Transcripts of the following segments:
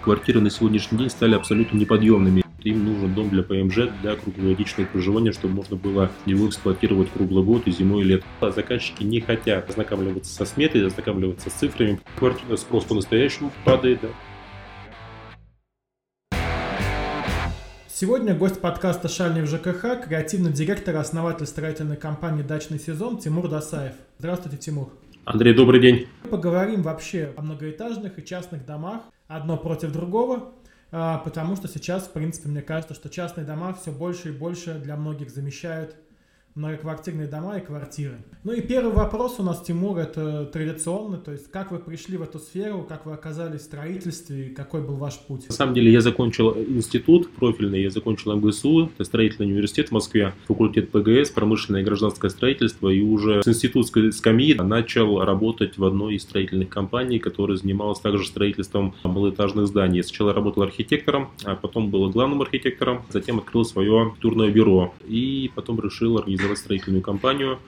Квартиры на сегодняшний день стали абсолютно неподъемными. Им нужен дом для ПМЖ, для круглогодичного проживания, чтобы можно было его эксплуатировать круглый год и зимой, и летом. А заказчики не хотят ознакомливаться со сметой, ознакомливаться с цифрами. Спрос по-настоящему падает. Да. Сегодня гость подкаста «Шальный в ЖКХ», креативный директор и основатель строительной компании «Дачный сезон» Тимур Досаев. Здравствуйте, Тимур. Андрей, добрый день. Поговорим вообще о многоэтажных и частных домах, одно против другого, потому что сейчас, в принципе, мне кажется, что частные дома все больше и больше для многих замещают многоквартирные дома и квартиры. Ну и первый вопрос у нас, Тимур, это традиционный, то есть как вы пришли в эту сферу, как вы оказались в строительстве и какой был ваш путь? На самом деле я закончил институт профильный, я закончил МГСУ, это строительный университет в Москве, факультет ПГС, промышленное и гражданское строительство, и уже с институтской скамьи начал работать в одной из строительных компаний, которая занималась также строительством малоэтажных зданий. Я сначала работал архитектором, а потом был главным архитектором, затем открыл свое архитектурное бюро и потом решил организовать строительную компанию,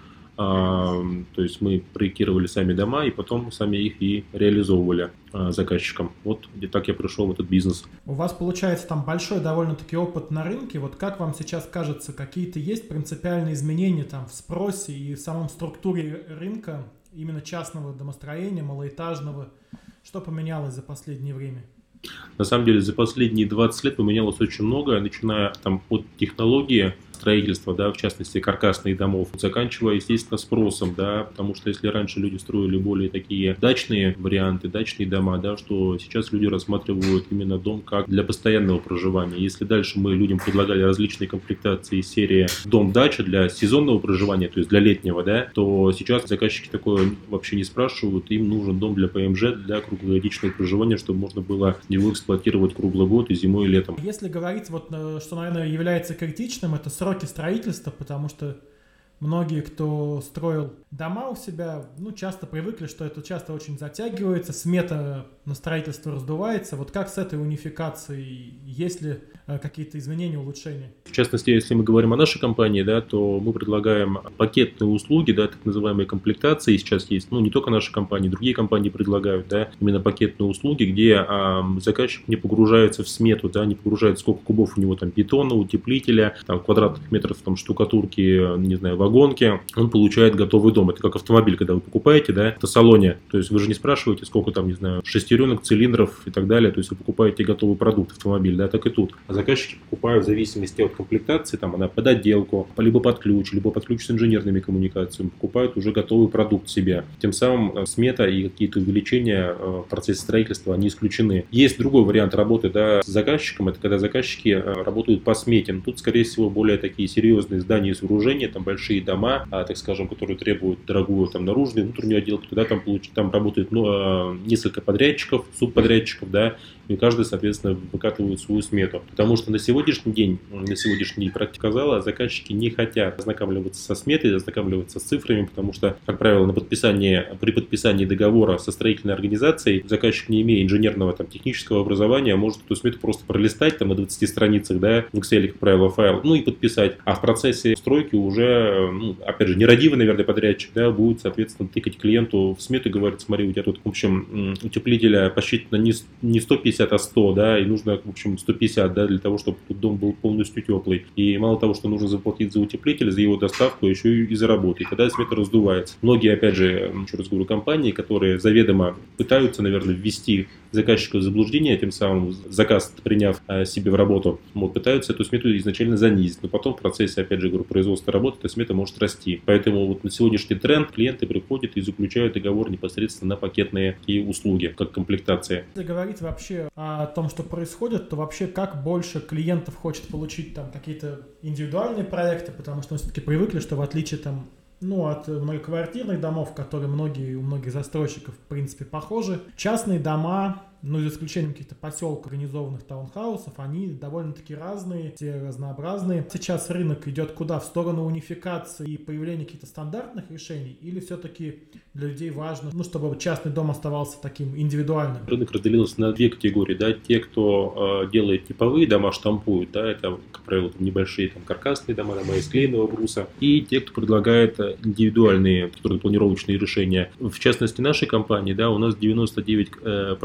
то есть мы проектировали сами дома и потом сами их и реализовывали заказчикам. Вот так я пришел в этот бизнес. У вас получается там большой довольно-таки опыт на рынке. Вот как вам сейчас кажется, какие-то есть принципиальные изменения там в спросе и в самом структуре рынка именно частного домостроения, малоэтажного? Что поменялось за последнее время? На самом деле за последние 20 лет поменялось очень много, начиная там от технологии строительства, да, в частности каркасных домов, заканчивая, естественно, спросом, да, потому что если раньше люди строили более такие дачные варианты, дачные дома, да, что сейчас люди рассматривают именно дом как для постоянного проживания. Если дальше мы людям предлагали различные комплектации из серии дом-дача для сезонного проживания, то есть для летнего, да, то сейчас заказчики такое вообще не спрашивают, им нужен дом для ПМЖ, для круглогодичного проживания, чтобы можно было его эксплуатировать круглый год и зимой, и летом. Если говорить, вот, что, наверное, является критичным, это сроки строительства, потому что многие, кто строил дома у себя, часто привыкли, что это часто очень затягивается, смета на строительство раздувается. Вот как с этой унификацией? Есть ли какие-то изменения, улучшения? В частности, если мы говорим о нашей компании, да, то мы предлагаем пакетные услуги, да, так называемые комплектации. Сейчас есть, не только наша компания, другие компании предлагают, да, именно пакетные услуги, где заказчик не погружается в смету, да, не погружается, сколько кубов у него там бетона, утеплителя, там, квадратных метров там, штукатурки, не знаю, вагонки. Он получает готовый дом. Это как автомобиль, когда вы покупаете, да, в салоне. То есть вы же не спрашиваете, сколько там, не знаю, шестеренок, цилиндров и так далее. То есть вы покупаете готовый продукт, автомобиль, да, так и тут. А заказчики покупают в зависимости от комплектации, там она под отделку, либо под ключ с инженерными коммуникациями, покупают уже готовый продукт себе. Тем самым смета и какие-то увеличения в процессе строительства, они исключены. Есть другой вариант работы, да, с заказчиком, это когда заказчики работают по смете. Но тут, скорее всего, более такие серьезные здания и сооружения, там большие дома, так скажем, которые требуют дорогую там наружную, внутреннюю отделку, тогда там работает несколько подрядчиков, субподрядчиков, да, и каждый, соответственно, выкатывает свою смету. Потому что на сегодняшний день практика показала, заказчики не хотят ознакомливаться со сметой, ознакомливаться с цифрами, потому что, как правило, при подписании договора со строительной организацией заказчик, не имея инженерного там, технического образования, может эту смету просто пролистать там, на 20 страницах, да, в Excel, как правило, файл, и подписать. А в процессе стройки уже, опять же, нерадивый, наверное, подрядчик, да, будет, соответственно, тыкать клиенту в смету и говорить: смотри, у тебя тут, в общем, утеплителя посчитано не 150, а 100, да, и нужно, в общем, 150, да, для того, чтобы дом был полностью теплый. И мало того, что нужно заплатить за утеплитель, за его доставку, еще и заработать. И тогда смета раздувается. Многие, опять же, еще раз говорю, компании, которые заведомо пытаются, наверное, ввести заказчика в заблуждение, тем самым заказ приняв себе в работу, пытаются эту смету изначально занизить. Но потом в процессе, опять же, говорю, производства работы эта смета может расти. Поэтому вот на сегодняшний тренд клиенты приходят и заключают договор непосредственно на пакетные и услуги, как комплектация. Если говорить вообще о том, что происходит, то вообще как больше клиентов хочет получить там какие-то индивидуальные проекты, потому что мы все-таки привыкли, что в отличие там от многоквартирных домов, которые у многих застройщиков в принципе похожи, частные дома, за исключением каких-то поселков, организованных таунхаусов, они довольно-таки разные, все разнообразные. Сейчас рынок идет куда? В сторону унификации и появления каких-то стандартных решений? Или все-таки для людей важно, чтобы частный дом оставался таким индивидуальным? Рынок разделился на две категории, да, те, кто делает типовые дома, штампуют, да, это, как правило, небольшие там каркасные дома из клееного бруса, и те, кто предлагает индивидуальные, которые планировочные решения. В частности, нашей компании, да, у нас 99%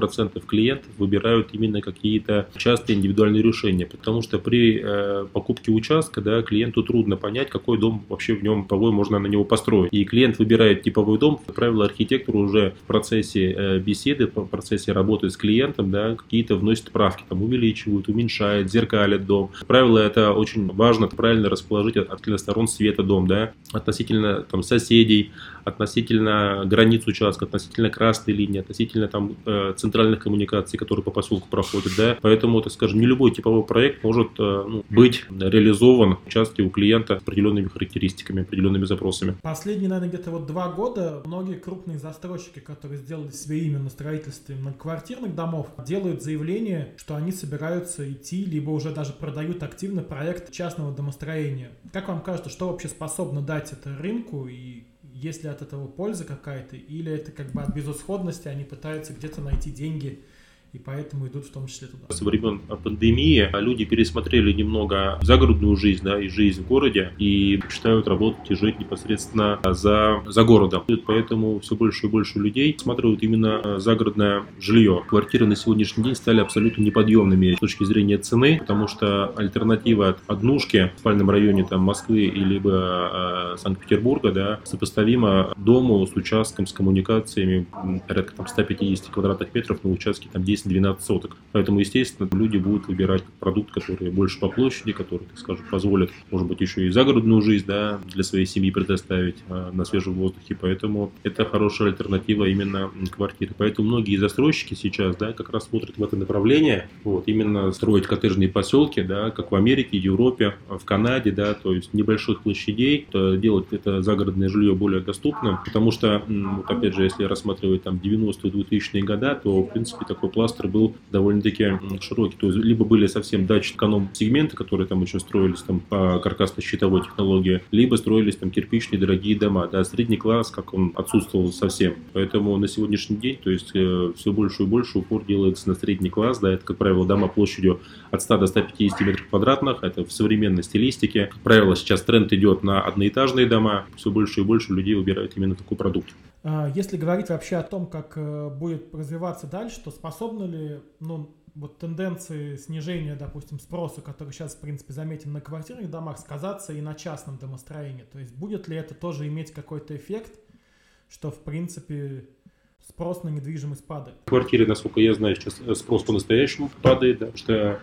клиентов выбирают именно какие-то частые индивидуальные решения, потому что при покупке участка, да, клиенту трудно понять, какой дом вообще в нем типовой можно на него построить. И клиент выбирает типовой дом, как правило, архитектор уже в процессе беседы, в процессе работы с клиентом, да, какие-то вносит правки, там увеличивают, уменьшают, зеркалят дом. Как правило, это очень важно правильно расположить от сторон света дом, да, относительно там соседей, относительно границ участка, относительно красной линии, относительно там центральных коммуникаций, которые по поселку проходят, да. Поэтому, так скажем, не любой типовой проект может быть реализован в участке у клиента с определенными характеристиками, определенными запросами. Последние, наверное, где-то 2 года многие крупные застройщики, которые сделали себе имя на строительстве многоквартирных домов, делают заявление, что они собираются идти, либо уже даже продают активно проект частного домостроения. Как вам кажется, что вообще способно дать это рынку, и есть ли от этого польза какая-то, или это как бы от безысходности, они пытаются где-то найти деньги и поэтому идут в том числе туда? Со времен пандемии люди пересмотрели немного загородную жизнь, да, и жизнь в городе, и предпочитают работать и жить непосредственно за городом. Поэтому все больше и больше людей рассматривают именно загородное жилье. Квартиры на сегодняшний день стали абсолютно неподъемными с точки зрения цены, потому что альтернатива от однушки в спальном районе там, Москвы или Санкт-Петербурга, да, сопоставима дому с участком, с коммуникациями порядка там, 150 квадратных метров на участке там, 10-12 соток. Поэтому, естественно, люди будут выбирать продукт, который больше по площади, который, так скажем, позволит, может быть, еще и загородную жизнь, да, для своей семьи предоставить на свежем воздухе. Поэтому это хорошая альтернатива именно квартире. Поэтому многие застройщики сейчас, да, как раз смотрят в это направление, вот, именно строить коттеджные поселки, да, как в Америке, Европе, в Канаде, да, то есть небольших площадей, делать это загородное жилье более доступным, потому что, вот, опять же, если рассматривать там 90-е, 2000-е годы, то, в принципе, такой пластер был довольно-таки широкий. То есть, либо были совсем дач-эконом-сегменты, которые там еще строились там, по каркасно-щитовой технологии, либо строились там кирпичные дорогие дома. Да, средний класс, как он отсутствовал совсем. Поэтому на сегодняшний день, то есть, все больше и больше упор делается на средний класс. Да, это, как правило, дома площадью от 100 до 150 метров квадратных. Это в современной стилистике. Как правило, сейчас тренд идет на одноэтажные дома. Все больше и больше людей выбирают именно такой продукт. Если говорить вообще о том, как будет развиваться дальше, то способны ли, вот тенденции снижения, допустим, спроса, который сейчас, в принципе, заметен на квартирных домах, сказаться и на частном домостроении? То есть будет ли это тоже иметь какой-то эффект, что, в принципе, спрос на недвижимость падает? В квартире, насколько я знаю, сейчас спрос по-настоящему падает, да, потому что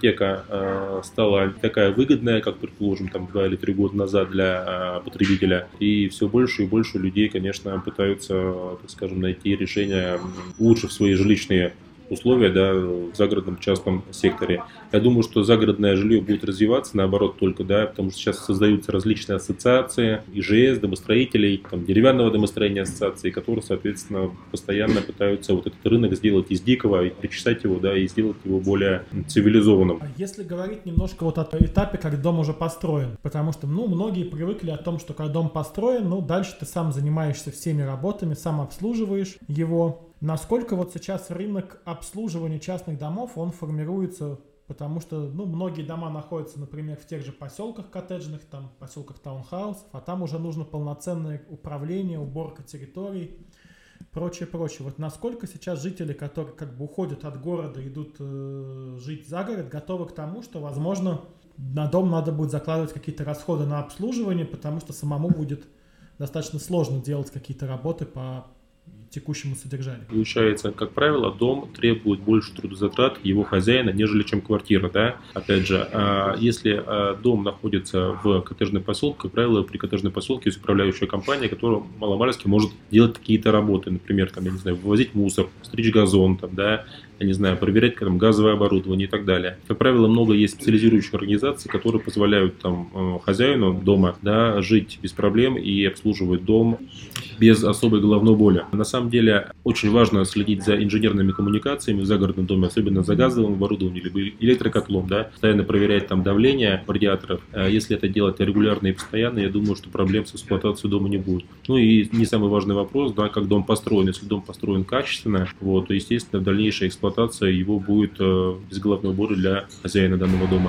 ипотека стала такая выгодная, как, предположим, там 2 или 3 года назад для потребителя. И все больше и больше людей, конечно, пытаются, так скажем, найти решение лучше в свои жилищные условия, да, в загородном частном секторе. Я думаю, что загородное жилье будет развиваться, наоборот, только, да, потому что сейчас создаются различные ассоциации, ИЖС, домостроителей, там, деревянного домостроения ассоциации, которые, соответственно, постоянно пытаются вот этот рынок сделать из дикого, и причесать его, да, и сделать его более цивилизованным. Если говорить немножко вот о этапе, как дом уже построен, потому что, многие привыкли о том, что когда дом построен, дальше ты сам занимаешься всеми работами, сам обслуживаешь его. Насколько вот сейчас рынок обслуживания частных домов, он формируется, потому что, многие дома находятся, например, в тех же поселках коттеджных, там, поселках таунхаусов, а там уже нужно полноценное управление, уборка территорий, прочее. Вот насколько сейчас жители, которые как бы уходят от города, идут жить за город, готовы к тому, что, возможно, на дом надо будет закладывать какие-то расходы на обслуживание, потому что самому будет достаточно сложно делать какие-то работы по текущему содержанию. Получается, как правило, дом требует больше трудозатрат его хозяина, нежели чем квартира, да. Опять же, если дом находится в коттеджном поселке, как правило, при коттеджном поселке есть управляющая компания, которая маломальски может делать какие-то работы, например, там, я не знаю, вывозить мусор, стричь газон, там, да, я не знаю, проверять там, газовое оборудование и так далее. Как правило, много есть специализирующих организаций, которые позволяют там, хозяину дома, да, жить без проблем и обслуживать дом без особой головной боли. На самом деле, очень важно следить за инженерными коммуникациями в загородном доме, особенно за газовым оборудованием, либо электрокотлом, да, постоянно проверять там давление радиаторов. Если это делать регулярно и постоянно, я думаю, что проблем с эксплуатацией дома не будет. И не самый важный вопрос, да, как дом построен. Если дом построен качественно, то, естественно, дальнейшая эксплуатация его будет без головной боли для хозяина данного дома.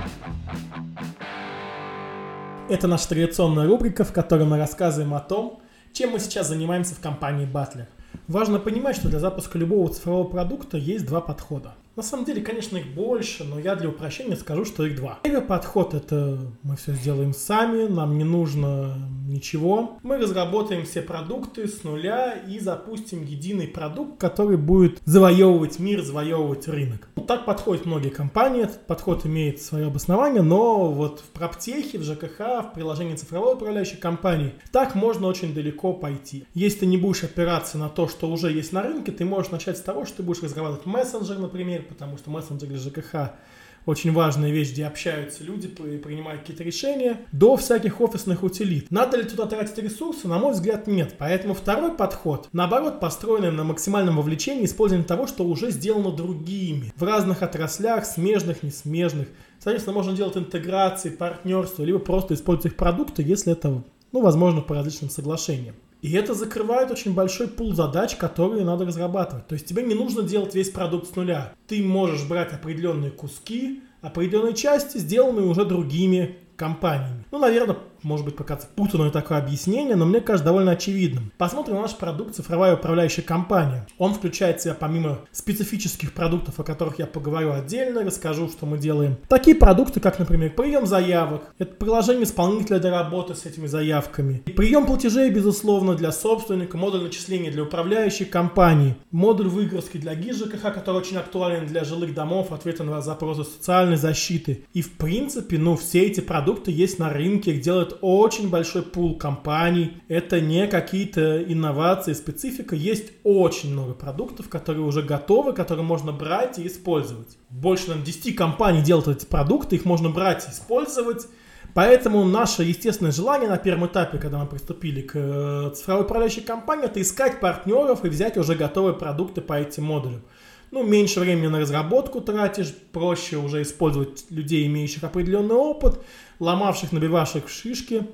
Это наша традиционная рубрика, в которой мы рассказываем о том, чем мы сейчас занимаемся в компании Батлер. Важно понимать, что для запуска любого цифрового продукта есть два подхода. На самом деле, конечно, их больше, но я для упрощения скажу, что их два. Первый подход — это мы все сделаем сами, нам не нужно ничего. Мы разработаем все продукты с нуля и запустим единый продукт, который будет завоевывать мир, завоевывать рынок. Так подходят многие компании, этот подход имеет свое обоснование, но вот в проптехе, в ЖКХ, в приложении цифровой управляющей компании так можно очень далеко пойти. Если ты не будешь опираться на то, что уже есть на рынке, ты можешь начать с того, что ты будешь разрабатывать мессенджер, например, потому что мессенджер для ЖКХ очень важная вещь, где общаются люди, принимают какие-то решения, до всяких офисных утилит. Надо ли туда тратить ресурсы? На мой взгляд, нет. Поэтому второй подход, наоборот, построен на максимальном вовлечении, использовании того, что уже сделано другими. В разных отраслях, смежных, несмежных. Соответственно, можно делать интеграции, партнерства, либо просто использовать их продукты, если это, возможно, по различным соглашениям. И это закрывает очень большой пул задач, которые надо разрабатывать. То есть тебе не нужно делать весь продукт с нуля. Ты можешь брать определенные куски, определенные части, сделанные уже другими компаниями. Наверное, может быть, показаться путанное такое объяснение, но мне кажется довольно очевидным. Посмотрим на наш продукт «Цифровая управляющая компания». Он включает в себя, помимо специфических продуктов, о которых я поговорю отдельно, расскажу, что мы делаем, такие продукты, как, например, прием заявок. Это приложение исполнителя для работы с этими заявками. И прием платежей, безусловно, для собственника, модуль начисления для управляющей компании, модуль выгрузки для ГИС ЖКХ, который очень актуален для жилых домов, ответы на запросы социальной защиты. И, в принципе, все эти продукты есть на рынке, их делают очень большой пул компаний. Это не какие-то инновации, специфика. Есть очень много продуктов, которые уже готовы, которые можно брать и использовать. Больше, наверное, 10 компаний делают эти продукты, их можно брать и использовать. Поэтому наше естественное желание на первом этапе, когда мы приступили к цифровой управляющей компании, это искать партнеров и взять уже готовые продукты по этим модулям. Меньше времени на разработку тратишь, проще уже использовать людей, имеющих определенный опыт, ломавших, набивавших шишки,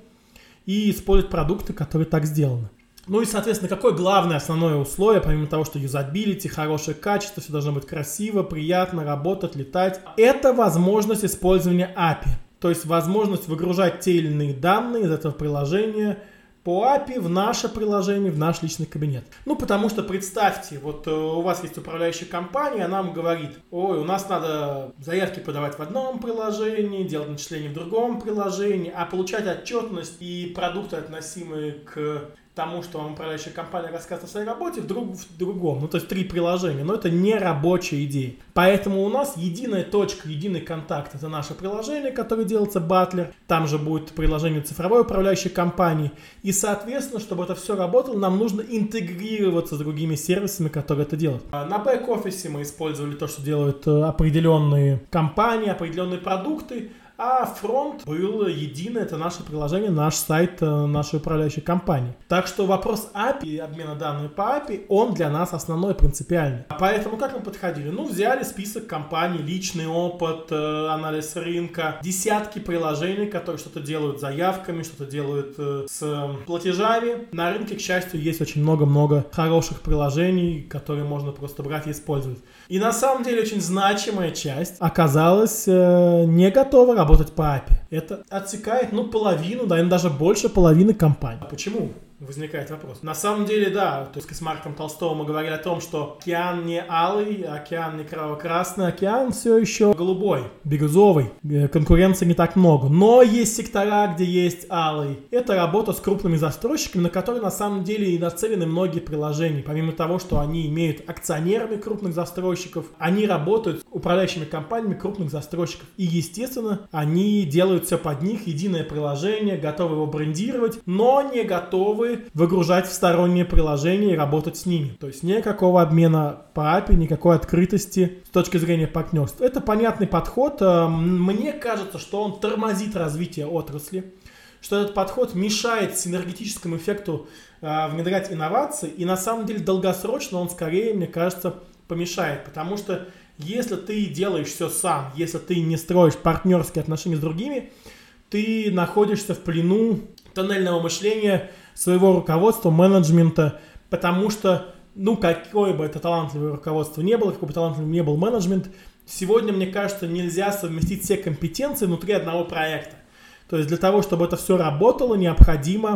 и использовать продукты, которые так сделаны. И, соответственно, какое главное, основное условие, помимо того, что юзабилити, хорошее качество, все должно быть красиво, приятно, работать, летать, это возможность использования API. То есть возможность выгружать те или иные данные из этого приложения по API в наше приложение, в наш личный кабинет. Потому что представьте, у вас есть управляющая компания, она вам говорит: у нас надо заявки подавать в одном приложении, делать начисления в другом приложении, а получать отчетность и продукты, относимые к тому, что вам управляющая компания рассказывает о своей работе, в другом. То есть 3 приложения. Но это не рабочая идея. Поэтому у нас единая точка, единый контакт — это наше приложение, которое делается Butler. Там же будет приложение цифровой управляющей компании. И, соответственно, чтобы это все работало, нам нужно интегрироваться с другими сервисами, которые это делают. На бэк-офисе мы использовали то, что делают определенные компании, определенные продукты. А фронт был единый, это наше приложение, наш сайт нашей управляющей компании. Так что вопрос API, обмена данными по API, он для нас основной, принципиальный. Поэтому как мы подходили? Взяли список компаний, личный опыт, анализ рынка, десятки приложений, которые что-то делают с заявками, что-то делают с платежами. На рынке, к счастью, есть очень много-много хороших приложений, которые можно просто брать и использовать. И на самом деле очень значимая часть оказалась не готова работать по API. Это отсекает половину, даже больше половины компаний. Почему? Возникает вопрос. На самом деле, да, то есть с Марком Толстовым мы говорили о том, что океан не алый, океан не кроваво-красный, океан все еще голубой, бирюзовый. Конкуренции не так много. Но есть сектора, где есть алый. Это работа с крупными застройщиками, на которые на самом деле и нацелены многие приложения. Помимо того, что они имеют акционерами крупных застройщиков, они работают с управляющими компаниями крупных застройщиков. И, естественно, они делают все под них, единое приложение, готовы его брендировать, но не готовы выгружать в сторонние приложения и работать с ними. То есть никакого обмена по API, никакой открытости с точки зрения партнерства. Это понятный подход. Мне кажется, что он тормозит развитие отрасли, что этот подход мешает синергетическому эффекту внедрять инновации, и на самом деле долгосрочно он скорее, мне кажется, помешает, потому что если ты делаешь все сам, если ты не строишь партнерские отношения с другими, ты находишься в плену тоннельного мышления своего руководства, менеджмента, потому что, какое бы это талантливое руководство не было, какой бы талантливым не был менеджмент, сегодня, мне кажется, нельзя совместить все компетенции внутри одного проекта. То есть для того, чтобы это все работало, необходимо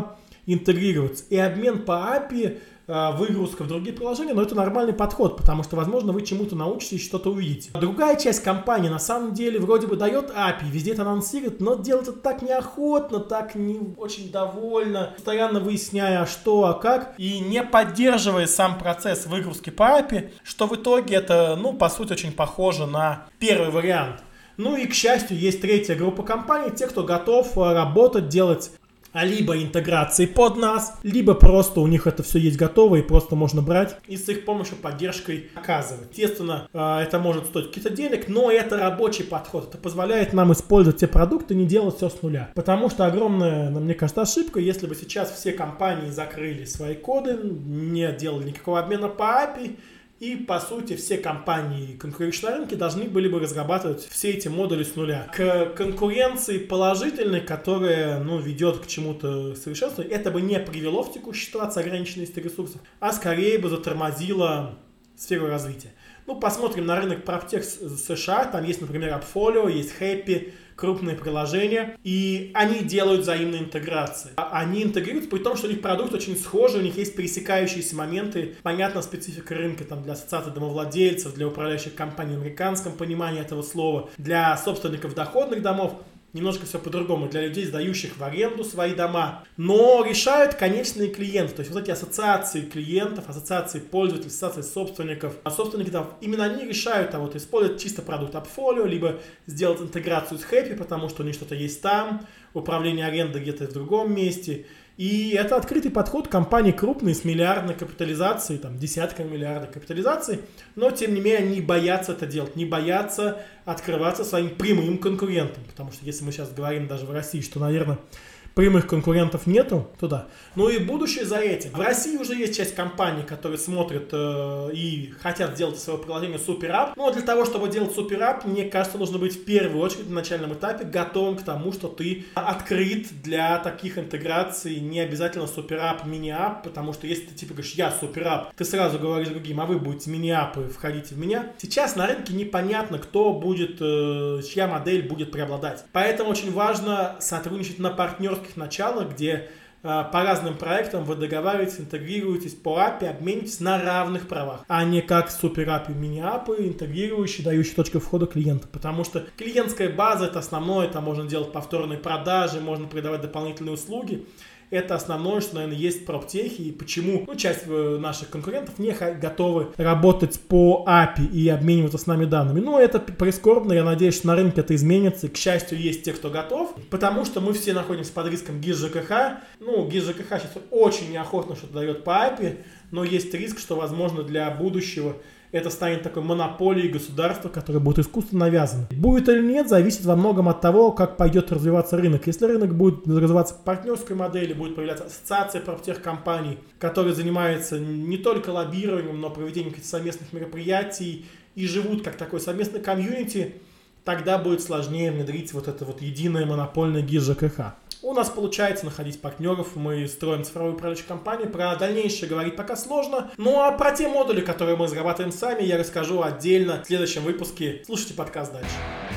интегрироваться. И обмен по API, выгрузка в другие приложения, но это нормальный подход, потому что, возможно, вы чему-то научитесь, что-то увидите. Другая часть компании, на самом деле, вроде бы дает API, везде это анонсирует, но делает это так неохотно, так не очень довольно, постоянно выясняя, что, а как, и не поддерживая сам процесс выгрузки по API, что в итоге это, по сути, очень похоже на первый вариант. Ну и, к счастью, есть третья группа компаний, те, кто готов работать, делать либо интеграции под нас, либо просто у них это все есть готово и просто можно брать и с их помощью, поддержкой оказывать. Естественно, это может стоить каких-то денег, но это рабочий подход. Это позволяет нам использовать те продукты, не делать все с нуля. Потому что огромная, мне кажется, ошибка, если бы сейчас все компании закрыли свои коды, не делали никакого обмена по API, и, по сути, все компании, конкурирующие на рынке, должны были бы разрабатывать все эти модули с нуля. К конкуренции положительной, которая, ведет к чему-то совершенствованию, это бы не привело в текущей ситуации ограниченности ресурсов, а скорее бы затормозило сферу развития. Посмотрим на рынок PropTech США. Там есть, например, AppFolio, есть Happy, крупные приложения, и они делают взаимные интеграции. Они интегрируются, при том, что у них продукт очень схожий, у них есть пересекающиеся моменты, понятна специфика рынка для ассоциаций домовладельцев, для управляющих компаний в американском понимании этого слова, для собственников доходных домов. Немножко все по-другому для людей, сдающих в аренду свои дома. Но решают конечные клиенты. То есть вот эти ассоциации клиентов, ассоциации пользователей, ассоциации собственников. А собственники домов, именно они решают, использовать чисто продукт AppFolio, либо сделать интеграцию с Happy, потому что у них что-то есть там, управление арендой где-то в другом месте. И это открытый подход. Компании крупные, с миллиардной капитализацией, десятками миллиардов капитализаций, но тем не менее они боятся это делать, не боятся открываться своим прямым конкурентам. Потому что если мы сейчас говорим даже в России, что, наверное, прямых конкурентов нету туда. И будущее за этим. В России уже есть часть компаний, которые смотрят и хотят сделать свое приложение суперап. Но для того, чтобы делать суперап, мне кажется, нужно быть в первую очередь на начальном этапе готовым к тому, что ты открыт для таких интеграций. Не обязательно суперап, мини-ап, потому что если ты говоришь, я суперап, ты сразу говоришь другим, а вы будете мини-апы, входите в меня. Сейчас на рынке непонятно, кто будет, чья модель будет преобладать. Поэтому очень важно сотрудничать на партнерских началах, где по разным проектам вы договариваетесь, интегрируетесь по API, обменитесь на равных правах, а не как супер-API, мини-апы, интегрирующие, дающие точку входа клиента. Потому что клиентская база — это основное, там можно делать повторные продажи, можно продавать дополнительные услуги. Это основное, что, наверное, есть в PropTech, и почему часть наших конкурентов не готовы работать по API и обмениваться с нами данными. Это прискорбно, я надеюсь, что на рынке это изменится. К счастью, есть те, кто готов, потому что мы все находимся под риском ГИС ЖКХ. ГИС ЖКХ сейчас очень неохотно что-то дает по API, но есть риск, что, возможно, для будущего это станет такой монополией государства, которое будет искусственно навязано. Будет или нет, зависит во многом от того, как пойдет развиваться рынок. Если рынок будет развиваться по партнерской модели, будет появляться ассоциация PropTech-компаний, которые занимаются не только лоббированием, но проведением каких-то совместных мероприятий и живут как такой совместный комьюнити, тогда будет сложнее внедрить это единое монопольное ГИС ЖКХ. У нас получается находить партнеров, мы строим цифровую управляющую компанию, про дальнейшее говорить пока сложно, а про те модули, которые мы разрабатываем сами, я расскажу отдельно в следующем выпуске. Слушайте подкаст дальше.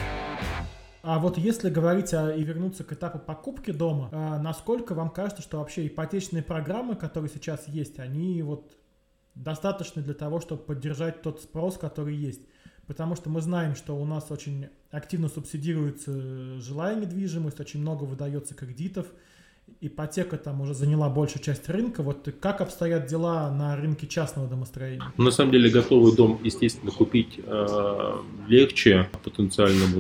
А если говорить и вернуться к этапу покупки дома, насколько вам кажется, что вообще ипотечные программы, которые сейчас есть, они достаточны для того, чтобы поддержать тот спрос, который есть? Потому что мы знаем, что у нас очень активно субсидируется жилая недвижимость, очень много выдается кредитов, ипотека там уже заняла большую часть рынка. Как обстоят дела на рынке частного домостроения? На самом деле готовый дом, естественно, купить легче потенциальному,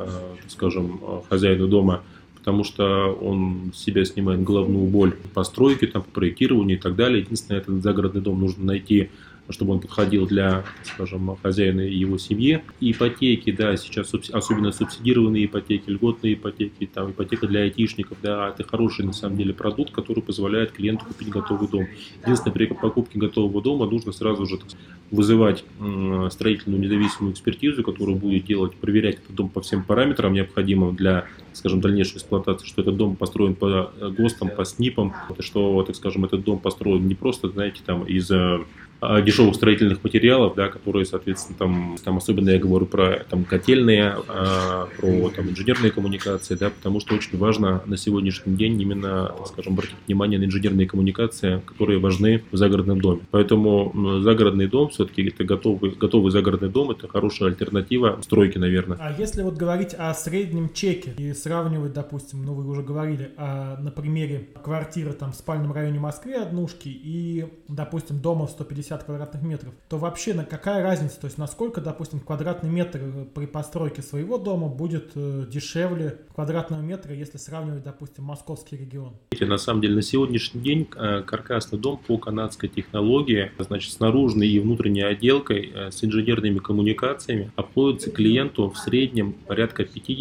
хозяину дома, потому что он с себя снимает головную боль постройки, проектирования и так далее. Единственное, этот загородный дом нужно найти, чтобы он подходил для, хозяина и его семьи. Ипотеки, сейчас особенно субсидированные ипотеки, льготные ипотеки, ипотека для айтишников, это хороший, на самом деле, продукт, который позволяет клиенту купить готовый дом. Единственное, при покупке готового дома нужно сразу же вызывать строительную независимую экспертизу, которая будет проверять этот дом по всем параметрам, необходимым для, дальнейшей эксплуатации, что этот дом построен по ГОСТам, по СНИПам, что, этот дом построен не просто, из дешевых строительных материалов, да, которые, соответственно, там особенно я говорю про там, котельные, про там, инженерные коммуникации, да, потому что очень важно на сегодняшний день именно, так скажем, обратить внимание на инженерные коммуникации, которые важны в загородном доме. Поэтому загородный дом, все-таки это готовый загородный дом, это хорошая альтернатива стройке, наверное. А если вот говорить о среднем чеке и сравнивать, допустим, ну вы уже говорили на примере квартиры там в спальном районе Москвы однушки и, допустим, дома в 150 квадратных метров, то вообще какая разница, то есть насколько, допустим, квадратный метр при постройке своего дома будет дешевле квадратного метра, если сравнивать, допустим, московский регион? На самом деле на сегодняшний день каркасный дом по канадской технологии, значит, с наружной и внутренней отделкой, с инженерными коммуникациями, обходится клиенту в среднем порядка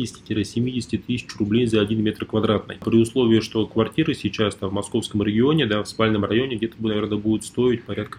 50-70 тысяч рублей за 1 метр квадратный. При условии, что квартиры сейчас в московском регионе, да, в спальном районе, где-то, наверное, будет стоить порядка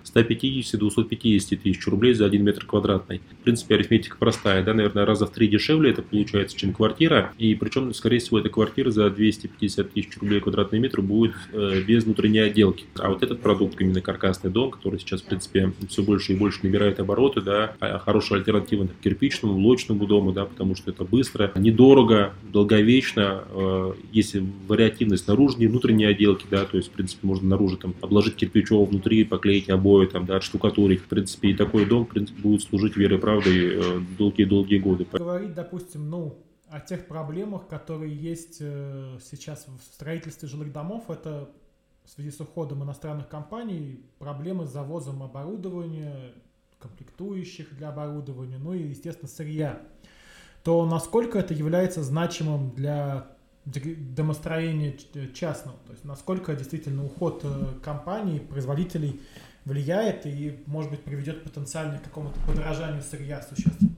150-250 тысяч рублей за 1 метр квадратный. В принципе, арифметика простая, да, наверное, раза в 3 дешевле это получается, чем квартира. И причем, скорее всего, эта квартира за 250 тысяч рублей квадратный метр будет без внутренней отделки. А вот этот продукт, именно каркасный дом, который сейчас, в принципе, все больше и больше набирает обороты, да, хорошая альтернатива кирпичному, блочному дому, да, потому что это быстро, недорого, долговечно, есть вариативность наружной и внутренней отделки, да, то есть, в принципе, можно наружу там обложить кирпичом, внутри поклеить обои, там, да, отштукатурить. В принципе, и такой дом, в принципе, будет служить верой и правдой долгие-долгие годы. Говорить, допустим, о тех проблемах, которые есть сейчас в строительстве жилых домов, это в связи с уходом иностранных компаний, проблемы с завозом оборудования, комплектующих для оборудования, ну и, естественно, сырья, то насколько это является значимым для домостроения частного, то есть насколько действительно уход компаний, производителей влияет и, может быть, приведет потенциально к какому-то подорожанию сырья существенному?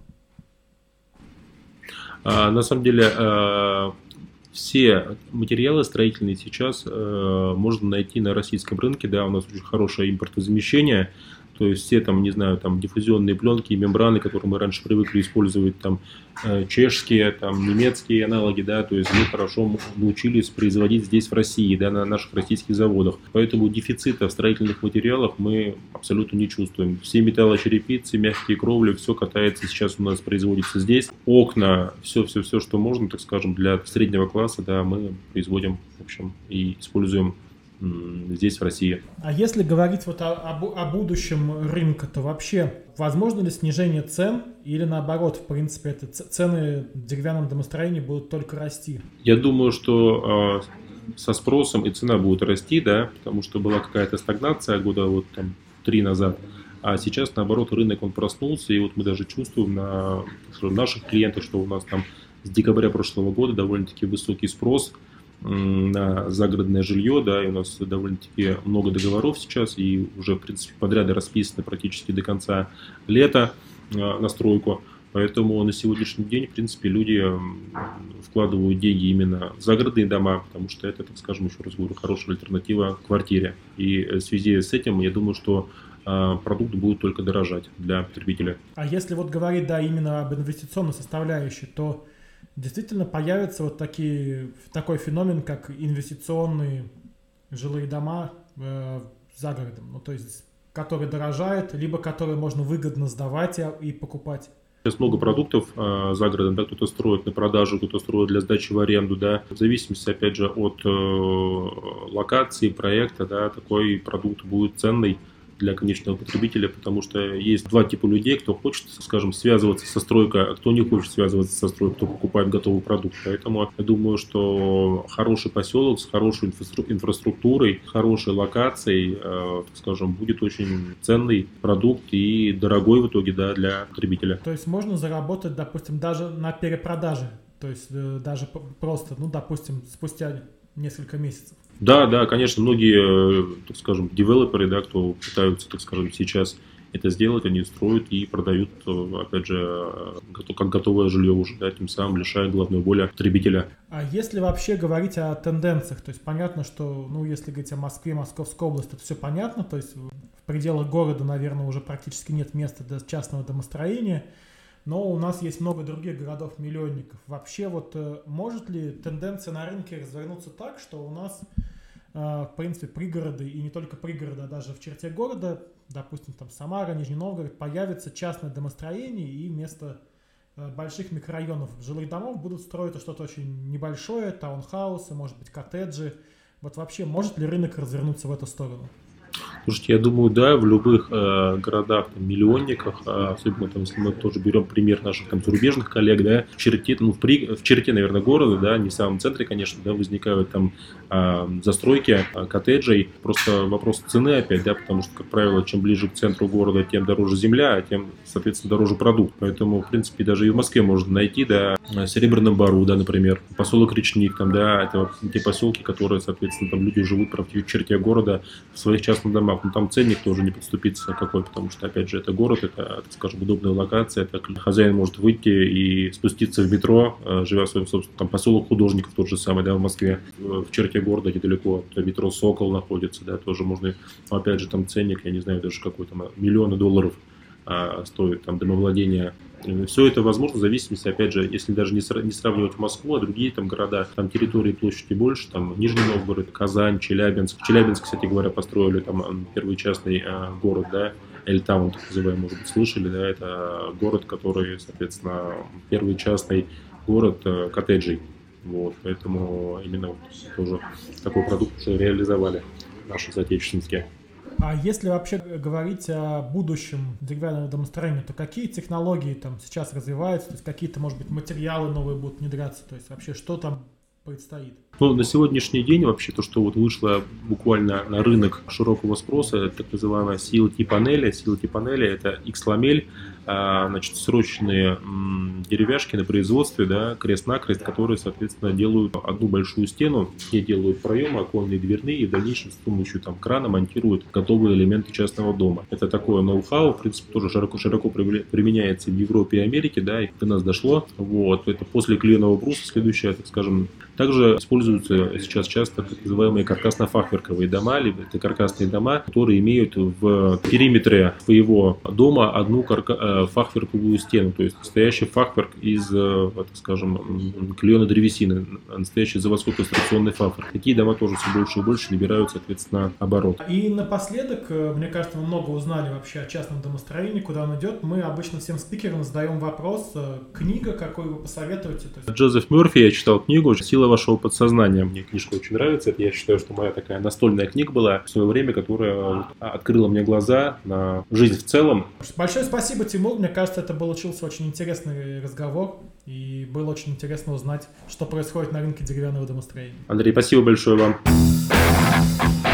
На самом деле, все материалы строительные сейчас можно найти на российском рынке, да, у нас очень хорошее импортозамещение, то есть все там, не знаю, там диффузионные пленки, мембраны, которые мы раньше привыкли использовать, там чешские, там немецкие аналоги, да, то есть мы хорошо научились производить здесь в России, да, на наших российских заводах. Поэтому дефицита в строительных материалах мы абсолютно не чувствуем. Все металлочерепицы, мягкие кровли, все катается сейчас у нас, производится здесь. Окна, все, что можно, так скажем, для среднего класса, да, мы производим, в общем, и используем здесь, в России. А если говорить вот о будущем рынка, то вообще возможно ли снижение цен или наоборот, в принципе, цены в деревянном домостроении будут только расти? Я думаю, что со спросом и цена будет расти, да, потому что была какая-то стагнация года вот там 3 назад, а сейчас, наоборот, рынок он проснулся, и вот мы даже чувствуем на наших клиентах, что у нас там с декабря прошлого года довольно-таки высокий спрос на загородное жилье, да, и у нас довольно-таки много договоров сейчас, и уже, в принципе, подряды расписаны практически до конца лета на стройку, поэтому на сегодняшний день, в принципе, люди вкладывают деньги именно в загородные дома, потому что это, так скажем, еще раз говорю, хорошая альтернатива квартире, и в связи с этим, я думаю, что продукт будет только дорожать для потребителя. А если вот говорить, да, именно об инвестиционной составляющей, то действительно появится вот такой феномен, как инвестиционные жилые дома за городом, ну, то есть, которые дорожают, либо которые можно выгодно сдавать и покупать. Сейчас много продуктов за городом, да, кто-то строит на продажу, кто-то строит для сдачи в аренду, да, в зависимости, опять же, от локации, проекта, да, такой продукт будет ценный для конечного потребителя, потому что есть два типа людей, кто хочет, скажем, связываться со стройкой, а кто не хочет связываться со стройкой, кто покупает готовый продукт. Поэтому я думаю, что хороший поселок с хорошей инфраструктурой, с хорошей локацией, так скажем, будет очень ценный продукт и дорогой в итоге, да, для потребителя. То есть можно заработать, допустим, даже на перепродаже, то есть даже просто, ну, допустим, спустя несколько месяцев. Да, конечно, многие, так скажем, девелоперы, да, кто пытаются, так скажем, сейчас это сделать, они строят и продают, опять же, как готовое жилье уже, да, тем самым лишая головной боли потребителя. А если вообще говорить о тенденциях, то есть понятно, что, ну, если говорить о Москве, Московской области, это все понятно, то есть в пределах города, наверное, уже практически нет места для частного домостроения, но у нас есть много других городов-миллионников. Вообще вот может ли тенденция на рынке развернуться так, что у нас, в принципе, пригороды, и не только пригороды, а даже в черте города, допустим, там Самара, Нижний Новгород, появится частное домостроение, и вместо больших микрорайонов жилых домов будут строить что-то очень небольшое, таунхаусы, может быть, коттеджи. Вот вообще, может ли рынок развернуться в эту сторону? Слушайте, я думаю, да, в любых городах, там, миллионниках, особенно там, если мы тоже берем пример наших там зарубежных коллег, да, в черте, в черте, наверное, города, да, не в самом центре, конечно, да, возникают там застройки коттеджей. Просто вопрос цены опять, да, потому что, как правило, чем ближе к центру города, тем дороже земля, а тем, соответственно, дороже продукт. Поэтому, в принципе, даже и в Москве можно найти, да, Серебряном Бару, да, например, поселок Речник, там, да, это вот те поселки, которые, соответственно, там люди живут в черте города в своих частных домах. Но там ценник тоже не подступится какой, потому что, опять же, это город, это, так скажем, удобная локация, это хозяин может выйти и спуститься в метро, живя в своем собственном, там, поселок Художников тот же самый, да, в Москве, в черте города недалеко, метро Сокол находится, да, тоже можно, опять же, там ценник, я не знаю даже какой там, миллионы долларов стоит там домовладение. Все это возможно в зависимости, опять же, если даже не сравнивать Москву, а другие там города, там территории площади больше, там Нижний Новгород, Казань, Челябинск. Челябинск, кстати говоря, построили там первый частный город, да, Эльтаун, так называемый, может быть, слышали, да, это город, который, соответственно, первый частный город коттеджей. Вот, поэтому именно вот тоже такой продукт уже реализовали наши соотечественники. А если вообще говорить о будущем деревянного домостроения, то какие технологии там сейчас развиваются, то есть какие-то, может быть, материалы новые будут внедряться, то есть вообще что там предстоит? Ну, на сегодняшний день вообще то, что вот вышло буквально на рынок широкого спроса, это так называемая CLT-панели. CLT-панели – это X-ламель, значит, срочные деревяшки на производстве, да, крест-накрест, которые, соответственно, делают одну большую стену, где делают проемы, оконные, дверные, и в дальнейшем с помощью там крана монтируют готовые элементы частного дома. Это такое ноу-хау, в принципе, тоже широко применяется в Европе и Америке, да, и до нас дошло. Вот, это после клееного бруса следующее, так скажем. Также используются сейчас часто так называемые каркасно-фахверковые дома, либо это каркасные дома, которые имеют в периметре своего дома одну фахверковую стену, то есть настоящий фахверк из, так скажем, клееной древесины, настоящий заводской конструкционный фахверк. Такие дома тоже все больше и больше набирают, соответственно, оборот. И напоследок, мне кажется, мы много узнали вообще о частном домостроении, куда он идет. Мы обычно всем спикерам задаем вопрос, книга, какую вы посоветуете? Джозеф Мерфи, я читал книгу «Сила вашего подсознания». Мне книжка очень нравится. Это, я считаю, что моя такая настольная книга была в свое время, которая открыла мне глаза на жизнь в целом. Большое спасибо, Тимур. Мне кажется, это получился очень интересный разговор. И было очень интересно узнать, что происходит на рынке деревянного домостроения. Андрей, спасибо большое вам.